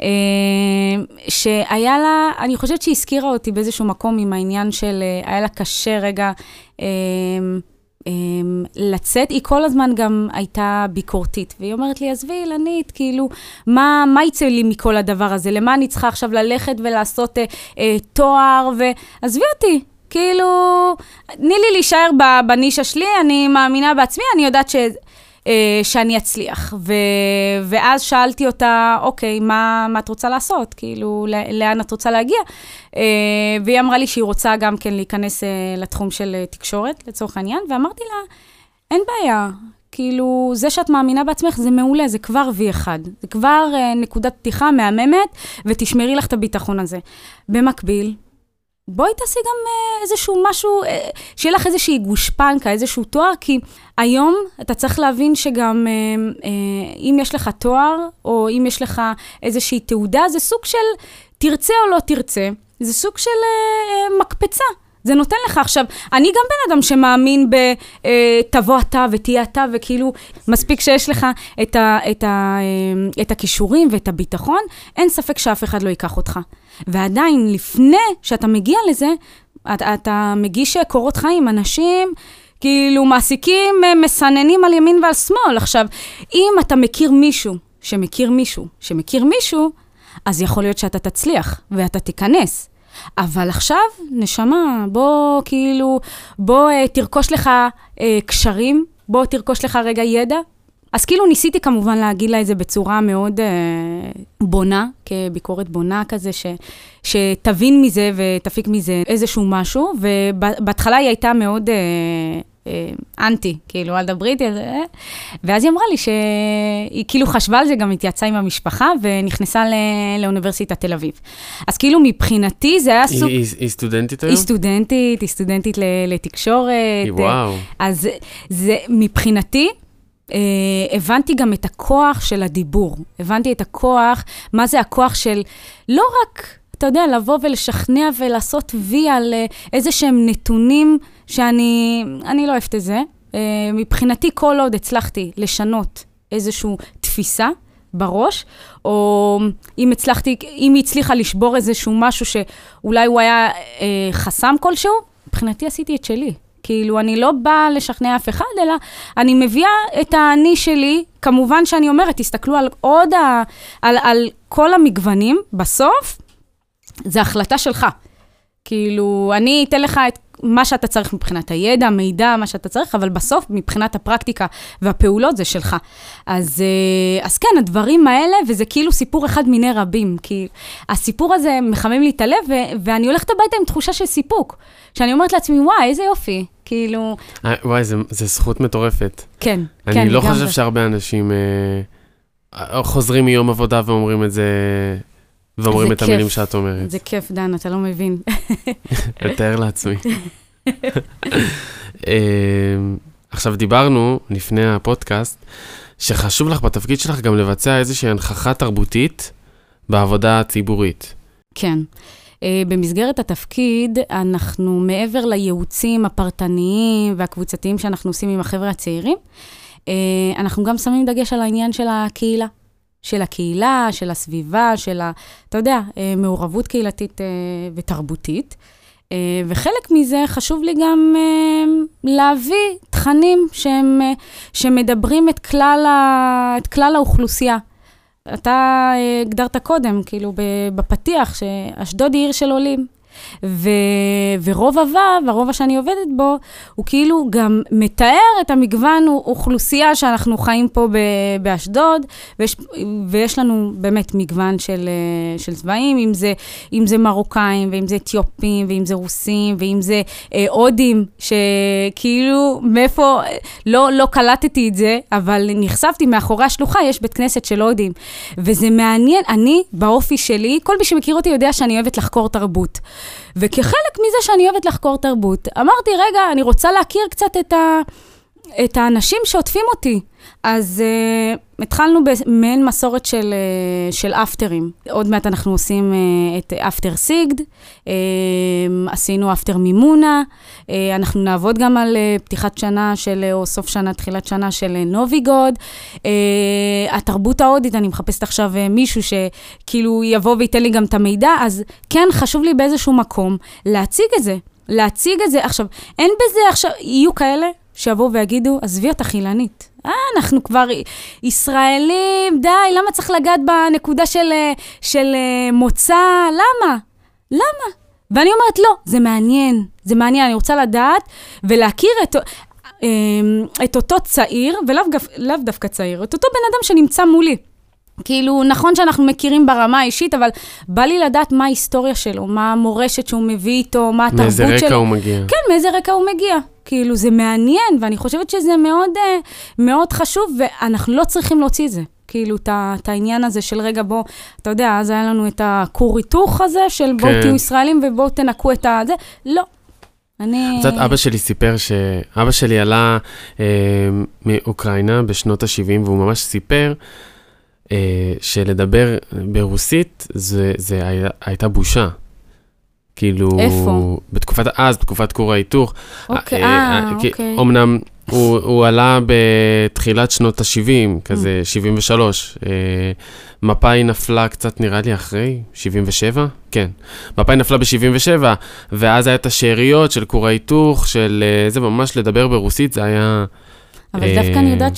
שהיה לה, אני חושבת שהיא הזכירה אותי באיזשהו מקום עם העניין של, היה לה קשה רגע לצאת, היא כל הזמן גם הייתה ביקורתית, והיא אומרת לי, עזבי אילנית, כאילו, מה יצא לי מכל הדבר הזה? למה אני צריכה עכשיו ללכת ולעשות תואר, ועזבי אותי, כאילו, תני לי להישאר בנישה שלי, אני מאמינה בעצמי, אני יודעת שאני אצליח. ואז שאלתי אותה, אוקיי, מה את רוצה לעשות? כאילו, לאן את רוצה להגיע? והיא אמרה לי שהיא רוצה גם כן להיכנס לתחום של תקשורת, לצורך העניין, ואמרתי לה, אין בעיה, כאילו, זה שאת מאמינה בעצמך, זה מעולה, זה כבר V1. זה כבר נקודת פתיחה מהממת, ותשמרי לך את הביטחון הזה. במקביל, בואי תעשי גם איזשהו משהו, שיהיה לך איזושהי גושפנקה, איזשהו תואר, כי היום אתה צריך להבין שגם אם יש לך תואר, או אם יש לך איזושהי תעודה, זה סוג של תרצה או לא תרצה, זה סוג של מקפצה. זה נותן לך עכשיו, אני גם בן אדם שמאמין תבוא אתה ותהיה אתה, וכאילו מספיק שיש לך את הכישורים ואת הביטחון, אין ספק שאף אחד לא ייקח אותך. ועדיין, לפני שאתה מגיע לזה, אתה מגיש קורות חיים, אנשים, כאילו מעסיקים מסננים על ימין ועל שמאל. עכשיו, אם אתה מכיר מישהו שמכיר מישהו, אז יכול להיות שאתה תצליח ואתה תיכנס. אבל עכשיו, נשמה, בוא תרכוש לך קשרים, בוא תרכוש לך רגע ידע. אז כאילו ניסיתי כמובן להגיד לה את זה בצורה מאוד בונה, כביקורת בונה כזה, שתבין מזה ותפיק מזה איזשהו משהו, ובהתחלה היא הייתה מאוד אנטי, כאילו, אל דברי איתי, ואז היא אמרה לי שהיא כאילו חשבה על זה, גם התייעצה עם המשפחה, ונכנסה לאוניברסיטת תל אביב. אז כאילו מבחינתי זה היה סוג... היא סטודנטית היום? היא סטודנטית לתקשורת. וואו. אז זה מבחינתי, הבנתי גם את הכוח של הדיבור. הבנתי את הכוח, מה זה הכוח של לא רק, אתה יודע, לבוא ולשכנע ולעשות וי על איזה שהם נתונים שאני לא אוהבת את זה. מבחינתי כל עוד הצלחתי לשנות איזושהי תפיסה בראש, או אם היא הצליחה לשבור איזשהו משהו שאולי הוא היה חסם כלשהו, מבחינתי עשיתי את שלי. כאילו, אני לא באה לשכנע אף אחד, אלא אני מביאה את האני שלי, כמובן שאני אומרת, תסתכלו על כל המגוונים, בסוף, זה החלטה שלך. כאילו, אני אתן לך את מה שאתה צריך מבחינת הידע, מידע, מה שאתה צריך, אבל בסוף, מבחינת הפרקטיקה והפעולות, זה שלך. אז כן, הדברים האלה, וזה כאילו סיפור אחד מיני רבים, כי הסיפור הזה מחמם לי את הלב, ואני הולכת הביתה עם תחושה של סיפוק. שאני אומרת לעצמי, וואי, איזה יופי, כאילו... וואי, זה זכות מטורפת. כן, כן. אני לא חושב שהרבה אנשים חוזרים מיום עבודה ואומרים את זה... ואומרים את המילים שאת אומרת. זה כיף, דן, אתה לא מבין. לתאר לעצמי. עכשיו דיברנו, לפני הפודקאסט, שחשוב לך בתפקיד שלך גם לבצע איזושהי הנכחה תרבותית בעבודה הציבורית. כן. במסגרת התפקיד, אנחנו מעבר לייעוצים הפרטניים והקבוצתיים שאנחנו עושים עם החבר'ה הצעירים, אנחנו גם שמים דגש על העניין של הקהילה. של הקהילה, של הסביבה, אתה יודע, מעורבות קהילתית ותרבותית. וחלק מזה חשוב לי גם להביא תכנים שמדברים את כלל האוכלוסייה. אתה הגדרת קודם, כאילו בפתיח, שאשדוד היא עיר של עולים. ורוב הרובע שאני עובדת בו, הוא כאילו גם מתאר את המגוון אוכלוסייה שאנחנו חיים פה באשדוד, ויש לנו באמת מגוון של צבעים, אם זה מרוקאים, ואם זה אתיופים, ואם זה רוסים, ואם זה הודים, שכאילו מאיפה, לא קלטתי את זה, אבל נחשפתי מאחורי השלוחה, יש בית כנסת של הודים, וזה מעניין, אני באופי שלי, כל מי שמכיר אותי יודע שאני אוהבת לחקור תרבות. וכחלק מזה שאני אוהבת לחקור תרבות, אמרתי, רגע, אני רוצה להכיר קצת את האנשים שעוטפים אותי. אז התחלנו במעין מסורת של אפטרים. עוד מעט אנחנו עושים את אפטר סיגד, עשינו אפטר מימונה, אנחנו נעבוד גם על פתיחת שנה או סוף שנה, תחילת שנה של נוביגוד. התרבות ההודית, אני מחפשת עכשיו מישהו שכאילו יבוא וייתן לי גם את המידע, אז כן חשוב לי באיזשהו מקום להציג את זה. עכשיו, אין בזה עכשיו, יהיו כאלה שיבואו ויגידו, עזבי אותה חילנית. אנחנו כבר ישראלים, די, למה צריך לגעת בנקודה של מוצא? למה? ואני אומרת, לא, זה מעניין, אני רוצה לדעת ולהכיר את אותו צעיר, ולאו דווקא צעיר, את אותו בן אדם שנמצא מולי. כאילו, נכון שאנחנו מכירים ברמה האישית, אבל בא לי לדעת מה ההיסטוריה שלו, מה המורשת שהוא מביא איתו, מה התרבות שלו. מאיזה רקע הוא מגיע. כן, מאיזה רקע הוא מגיע. כאילו, זה מעניין, ואני חושבת שזה מאוד, מאוד חשוב, ואנחנו לא צריכים להוציא את זה. כאילו, את העניין הזה של רגע בוא, אתה יודע, אז היה לנו את הכור היתוך הזה, של בואו תהיו ישראלים ובואו תנקו את זה. לא. קצת אבא שלי סיפר שאבא שלי עלה מאוקראינה בשנות ה-70, והוא ממש סיפר, שלדבר ברוסית זה הייתה בושה. כאילו... איפה? בתקופת כור ההיתוך. אוקיי. אמנם הוא עלה בתחילת שנות ה-70, כזה 73. מפאי נפלה קצת נראה לי אחרי, 77? כן. מפאי נפלה ב-77, ואז היה את השאריות של כור ההיתוך, של זה ממש לדבר ברוסית, זה היה... אבל דווקא אני יודעת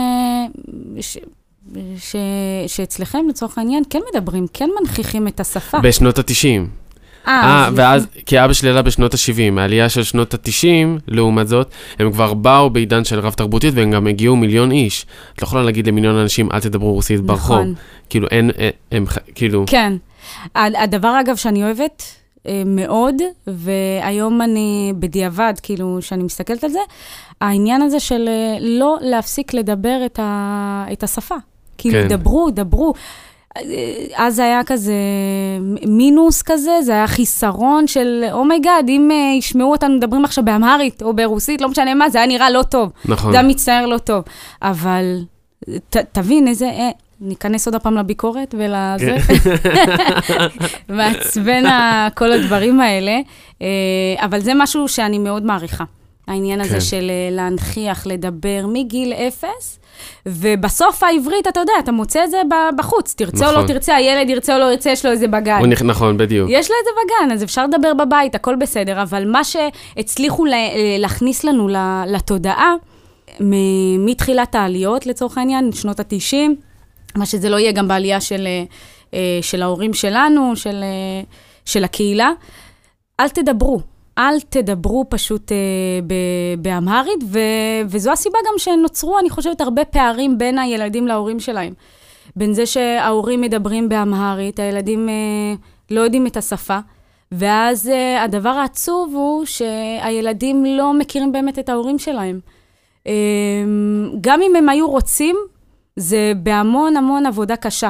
שאצלכם, לצורך העניין, כן מדברים, כן מנכיחים את השפה. בשנות ה-90. ואז, כי אבא שלי עלה בשנות ה-70, העלייה של שנות ה-90, לעומת זאת, הם כבר באו בעידן של רב תרבותית, והם גם הגיעו מיליון איש. את לא יכולה להגיד למיליון אנשים, אל תדברו רוסית ברחוב. כאילו, כאילו... כן. הדבר, אגב, שאני אוהבת מאוד, והיום אני בדיעבד, כאילו, שאני מסתכלת על זה, העניין הזה של לא להפסיק לדבר את השפה. כאילו, דברו. אז היה כזה מינוס כזה, זה היה חיסרון של, אומייגאד, אם ישמעו אותנו מדברים עכשיו באמהרית או ברוסית, לא משנה מה, זה היה נראה לא טוב. נכון. זה היה מצטער לא טוב. אבל תבין איזה, ניכנס עוד הפעם לביקורת ולזה. מעצבן כל הדברים האלה. אבל זה משהו שאני מאוד מעריכה. העניין הזה של להנחיח, לדבר מגיל 0, ובסוף העברית, אתה יודע, אתה מוצא את זה בחוץ, תרצה או לא תרצה, הילד ירצה או לא ירצה, יש לו איזה בגן. נכון, בדיוק. יש לו איזה בגן, אז אפשר לדבר בבית, הכל בסדר, אבל מה שהצליחו להכניס לנו לתודעה, מתחילת העליות, לצורך העניין, שנות ה-90, מה שזה לא יהיה גם בעלייה של ההורים שלנו, של הקהילה, אל תדברו פשוט באמהרית, וזו הסיבה גם שנוצרו, אני חושבת, הרבה פערים בין הילדים להורים שלהם. בין זה שההורים מדברים באמהרית, הילדים לא יודעים את השפה, ואז הדבר העצוב הוא שהילדים לא מכירים באמת את ההורים שלהם. גם אם הם היו רוצים, זה בהמון המון עבודה קשה.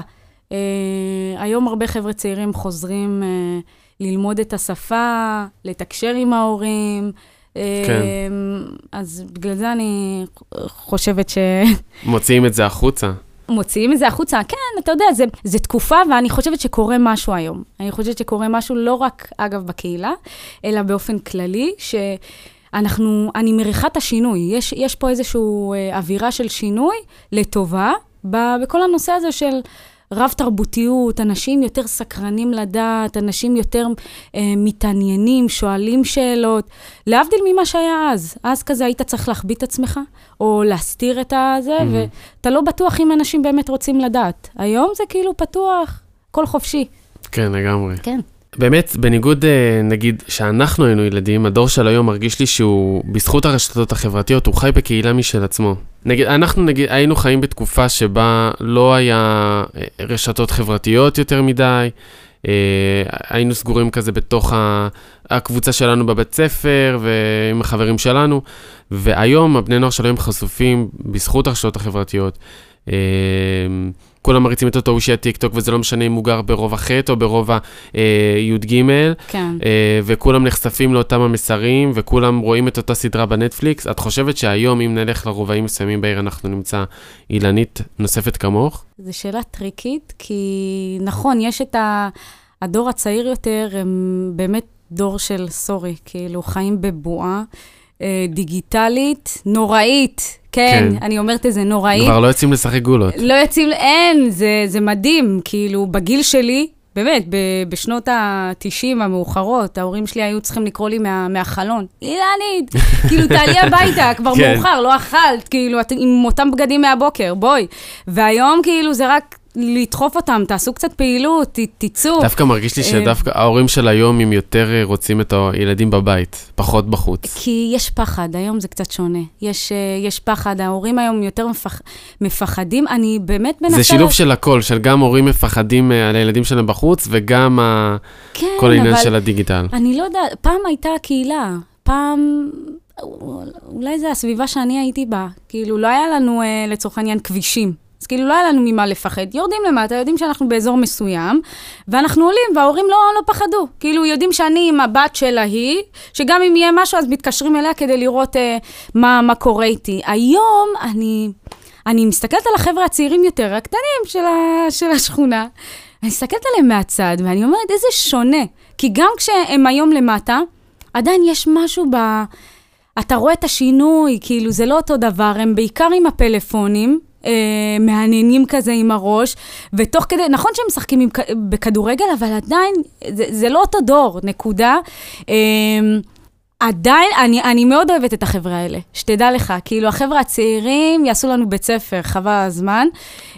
היום הרבה חבר'ה צעירים חוזרים ללמוד את השפה, לתקשר עם ההורים. כן. אז בגלל זה אני חושבת מוציאים את זה החוצה. מוציאים את זה החוצה, כן, אתה יודע, זה תקופה, ואני חושבת שקורה משהו היום. אני חושבת שקורה משהו לא רק, אגב, בקהילה, אלא באופן כללי, אני מריחה את השינוי. יש פה איזשהו אווירה של שינוי לטובה, בכל הנושא הזה של רב תרבותיות, אנשים יותר סקרנים לדעת, אנשים יותר מתעניינים, שואלים שאלות, להבדיל ממה שהיה אז. אז כזה היית צריך להחביא את עצמך, או להסתיר את הזה, ואתה לא בטוח אם אנשים באמת רוצים לדעת. היום זה כאילו פתוח, כל חופשי. כן, לגמרי. כן. באמת, בניגוד, נגיד, שאנחנו היינו ילדים, הדור של היום מרגיש לי שהוא, בזכות הרשתות החברתיות, הוא חי בקהילה משל עצמו. אנחנו היינו חיים בתקופה שבה לא היה רשתות חברתיות יותר מדי, היינו סגורים כזה בתוך הקבוצה שלנו בבית ספר ועם החברים שלנו, והיום הבני נוער שלהם חשופים בזכות הרשתות החברתיות. כולם מריצים את אותו אושי טיק טוק, וזה לא משנה אם הוא גר ברובע ח' או ברובע י' ג', כן. וכולם נחשפים לאותם המסרים, וכולם רואים את אותה סדרה בנטפליקס. את חושבת שהיום, אם נלך לרובעים מסוימים בעיר, אנחנו נמצא אילנית נוספת כמוך? זו שאלה טריקית, כי נכון, יש את הדור הצעיר יותר, הם באמת דור של כאילו חיים בבועה, דיגיטלית, נוראית, כן, אני אומרת איזה נוראית. כבר לא יוצאים לשחק גולות. לא יוצאים, אין, זה מדהים, כאילו בגיל שלי, באמת, בשנות ה-90 המאוחרות, ההורים שלי היו צריכים לקרוא לי מהחלון, אילנית, כאילו תעלי הביתה, כבר מאוחר, לא אכלת, כאילו עם אותם בגדים מהבוקר, בואי. והיום כאילו זה רק לדחוף אותם, תעשו קצת פעילות, תצאו. דווקא מרגיש לי שדווקא ההורים של היום הם יותר רוצים את הילדים בבית, פחות בחוץ. כי יש פחד, היום זה קצת שונה. יש פחד, ההורים היום יותר מפחדים, אני באמת מנסה... זה שילוב של הכל, של גם הורים מפחדים על הילדים שלהם בחוץ, וגם כל העניין של הדיגיטל. אני לא יודעת, פעם הייתה קהילה, פעם... אולי זה הסביבה שאני הייתי בה, כאילו לא היה לנו לצורך העניין כבישים. אז כאילו לא היה לנו ממה לפחד. יורדים למטה, יודעים שאנחנו באזור מסוים, ואנחנו עולים, וההורים לא פחדו. כאילו יודעים שאני עם הבת שלה היא, שגם אם יהיה משהו, אז מתקשרים אליה כדי לראות מה קורה איתי. היום אני מסתכלת על החבר'ה הצעירים יותר, הקטנים של השכונה. אני מסתכלת עליהם מהצד, ואני אומרת, איזה שונה. כי גם כשהם היום למטה, עדיין יש משהו אתה רואה את השינוי, כאילו זה לא אותו דבר, הם בעיקר עם הפלאפונים, מעניינים כזה עם הראש, ותוך כדי, נכון שהם משחקים בכדורגל, אבל עדיין, זה לא אותו דור, נקודה. עדיין, אני מאוד אוהבת את החבר'ה האלה, שתדע לך, כאילו החבר'ה הצעירים יעשו לנו בית ספר, חבל הזמן,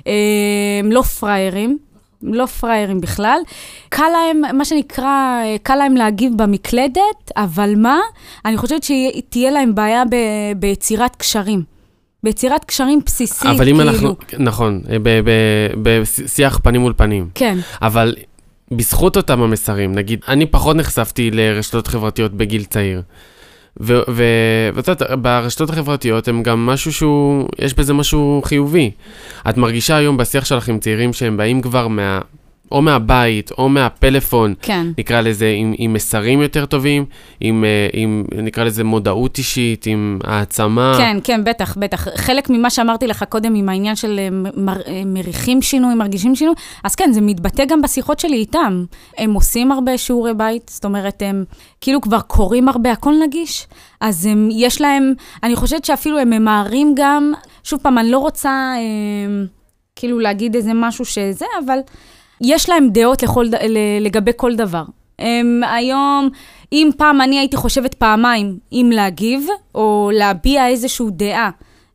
לא פריירים בכלל. קל להם, מה שנקרא, קל להם להגיב במקלדת, אבל מה? אני חושבת שתהיה להם בעיה ביצירת קשרים. ביצירת קשרים בסיסית, אבל אם אנחנו, נכון, בשיח פנים מול פנים. כן. אבל בזכות אותם המסרים, נגיד, אני פחות נחשפתי לרשתות חברתיות בגיל צעיר. ואתה יודע, ברשתות החברתיות הם גם משהו יש בזה משהו חיובי. את מרגישה היום בשיח שלך עם צעירים שהם באים כבר או מהבית, או מהפלאפון, כן. נקרא לזה, עם מסרים יותר טובים, עם נקרא לזה מודעות אישית, עם העצמה. כן, כן, בטח. חלק ממה שאמרתי לך קודם, עם העניין של מריחים שינוי, מרגישים שינוי, אז כן, זה מתבטא גם בשיחות שלי איתם. הם עושים הרבה שיעורי בית, זאת אומרת, הם כאילו כבר קוראים הרבה, הכל נגיש, אז יש להם, אני חושבת שאפילו הם ממהרים גם, שוב פעם, אני לא רוצה כאילו להגיד איזה משהו שזה, אבל... יש להם דעות לגבי כל דבר. היום, אם פעם אני הייתי חושבת פעמיים אם להגיב, או להביע איזשהו דעה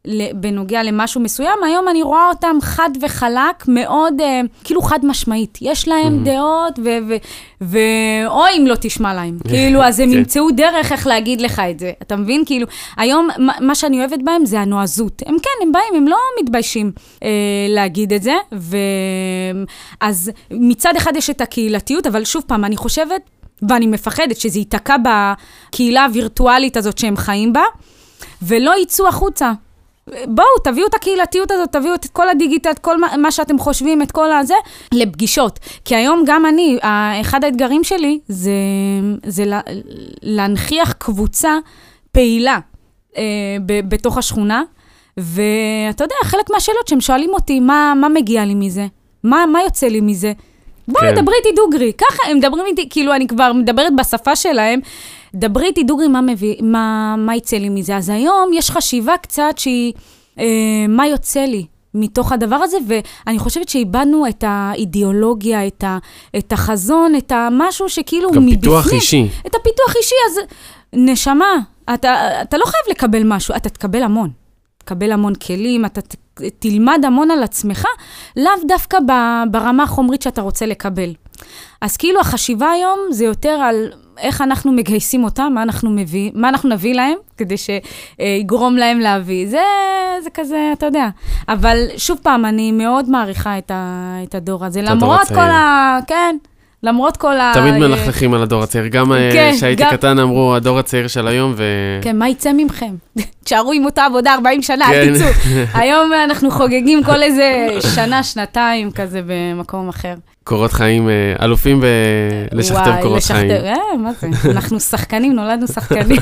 בנוגע למשהו מסוים, היום אני רואה אותם חד וחלק, מאוד, כאילו חד משמעית. יש להם דעות, או אם לא תשמע להם. כאילו, אז הם ימצאו דרך איך להגיד לך את זה. אתה מבין? כאילו, היום מה שאני אוהבת בהם זה הנועזות. הם כן, הם באים, הם לא מתביישים להגיד את זה, אז מצד אחד יש את הקהילתיות, אבל שוב פעם, אני חושבת, ואני מפחדת שזה ייתקע בקהילה הווירטואלית הזאת שהם חיים בה, ולא יצאו החוצה. בואו, תביאו את הקהילתיות הזאת, תביאו את כל הדיגיטל, את כל מה שאתם חושבים, את כל הזה, לפגישות. כי היום גם אני, אחד האתגרים שלי, זה להנחיח קבוצה פעילה בתוך השכונה, ואתה יודע, חלק מהשאלות שהם שואלים אותי, מה מגיע לי מזה? מה יוצא לי מזה? בואו, דברי איתי דוגרי. ככה, הם מדברים איתי, כאילו אני כבר מדברת בשפה שלהם, דברי איתי דוגרי, מה יצא לי מזה? אז היום יש חשיבה קצת שהיא, מה יוצא לי מתוך הדבר הזה, ואני חושבת שאיבדנו את האידיאולוגיה, את החזון, את המשהו שכאילו מבפנים. גם פיתוח אישי. את הפיתוח אישי, אז נשמה, אתה לא חייב לקבל משהו, אתה תקבל המון. תקבל המון כלים, אתה תלמד המון על עצמך, לאו דווקא ברמה החומרית שאתה רוצה לקבל. אז כאילו החשיבה היום זה יותר על איך אנחנו מגייסים אותם, מה אנחנו נביא להם, כדי שיגרום להם להביא. זה כזה, אתה יודע. אבל שוב פעם, אני מאוד מעריכה את הדור הזה. למרות כל כן. למרות כל תמיד מלכלכים על הדור הצעיר. גם שהייתי קטן אמרו, הדור הצעיר של היום כן, מה יצא ממכם? תשארו עם אותה עבודה 40 שנה, אל תצאו. היום אנחנו חוגגים כל איזה שנה, שנתיים כזה במקום אחר. קורות חיים, אלופים לשכתב קורות חיים. מה זה? אנחנו שחקנים, נולדנו שחקנים.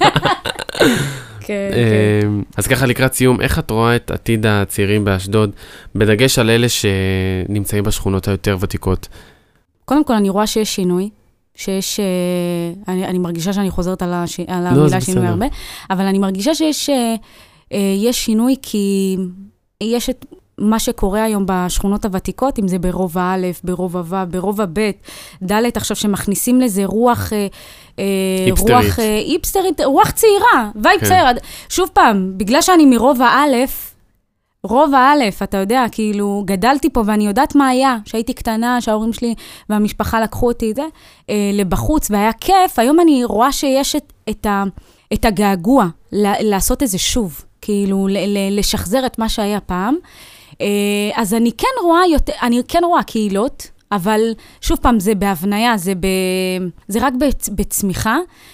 אז ככה לקראת סיום, איך את רואה את עתיד הצעירים באשדוד, בדגש על אלה שנמצאים בשכונות היותר ותיקות? קודם כל, אני רואה שיש שינוי, אני מרגישה שאני חוזרת על המילה שינוי הרבה, אבל אני מרגישה שיש שינוי כי יש את מה שקורה היום בשכונות הוותיקות, אם זה ברובע א', ברובע ו', ברובע ב', ד', עכשיו שמכניסים לזה רוח היפסטרית, רוח צעירה, וייב צעיר. שוב פעם, בגלל שאני מרובע א', רובע א', אתה יודע, כאילו, גדלתי פה ואני יודעת מה היה, שהייתי קטנה, שההורים שלי והמשפחה לקחו אותי לבחוץ, והיה כיף. היום אני רואה שיש את הגעגוע לעשות את זה שוב, כאילו, לשחזר את מה שהיה פעם. אז אני כן רואה קהילות, אבל שוב פעם, זה בהבניה, זה רק בצמיחה.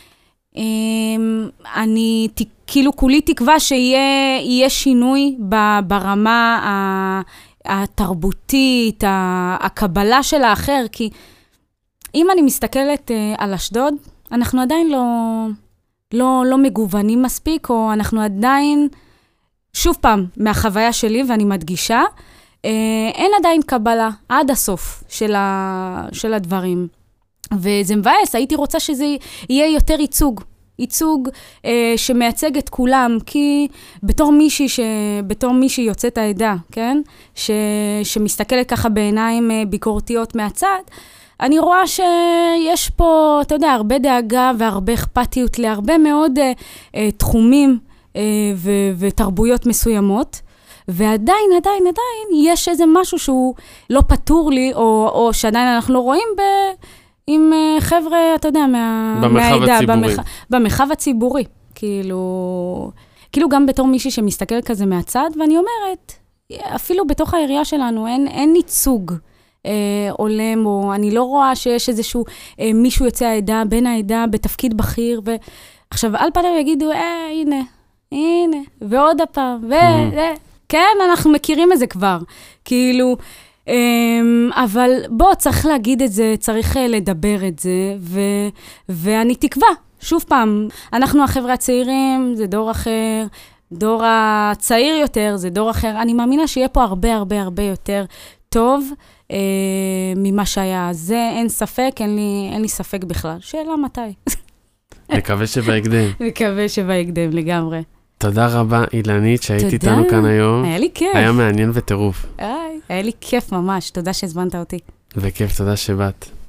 אני כאילו כולי תקווה שיהיה שינוי ברמה התרבותית, הקבלה של האחר, כי אם אני מסתכלת על אשדוד, אנחנו עדיין לא מגוונים מספיק, או אנחנו עדיין, שוב פעם, מהחוויה שלי, ואני מדגישה, אין עדיין קבלה עד הסוף של הדברים. וזה מבאס, הייתי רוצה שזה יהיה יותר ייצוג שמייצג את כולם, כי בתור מישהי יוצאת העדה, כן? שמסתכלת ככה בעיניים ביקורתיות מהצד, אני רואה שיש פה, אתה יודע, הרבה דאגה והרבה אכפתיות להרבה מאוד תחומים ותרבויות מסוימות, ועדיין, יש איזה משהו שהוא לא פתור לי, או שעדיין אנחנו לא רואים עם חבר'ה, אתה יודע, מהעדה, במרחב הציבורי. כאילו גם בתור מישהי שמסתכל כזה מהצד, ואני אומרת, אפילו בתוך העירייה שלנו, אין ייצוג עולם, או אני לא רואה שיש איזשהו מישהו יוצא העדה, בין העדה, בתפקיד בכיר, עכשיו, על פניו יגידו, הנה, ועוד הפעם, כן, אנחנו מכירים את זה כבר. כאילו, אבל בוא, צריך להגיד את זה, צריך לדבר את זה, ואני תקווה, שוב פעם, אנחנו החבר'ה הצעירים, זה דור אחר, דור הצעיר יותר, זה דור אחר, אני מאמינה שיהיה פה הרבה יותר טוב ממה שהיה. זה אין ספק, אין לי ספק בכלל. שאלה מתי? מקווה שבהקדם. מקווה שבהקדם, לגמרי. תודה רבה, אילנית, שהיית איתנו כאן היום. היה לי כיף. היה מעניין וטירוף. היה לי כיף ממש, תודה שהזמנת אותי. וכיף, תודה שבאת.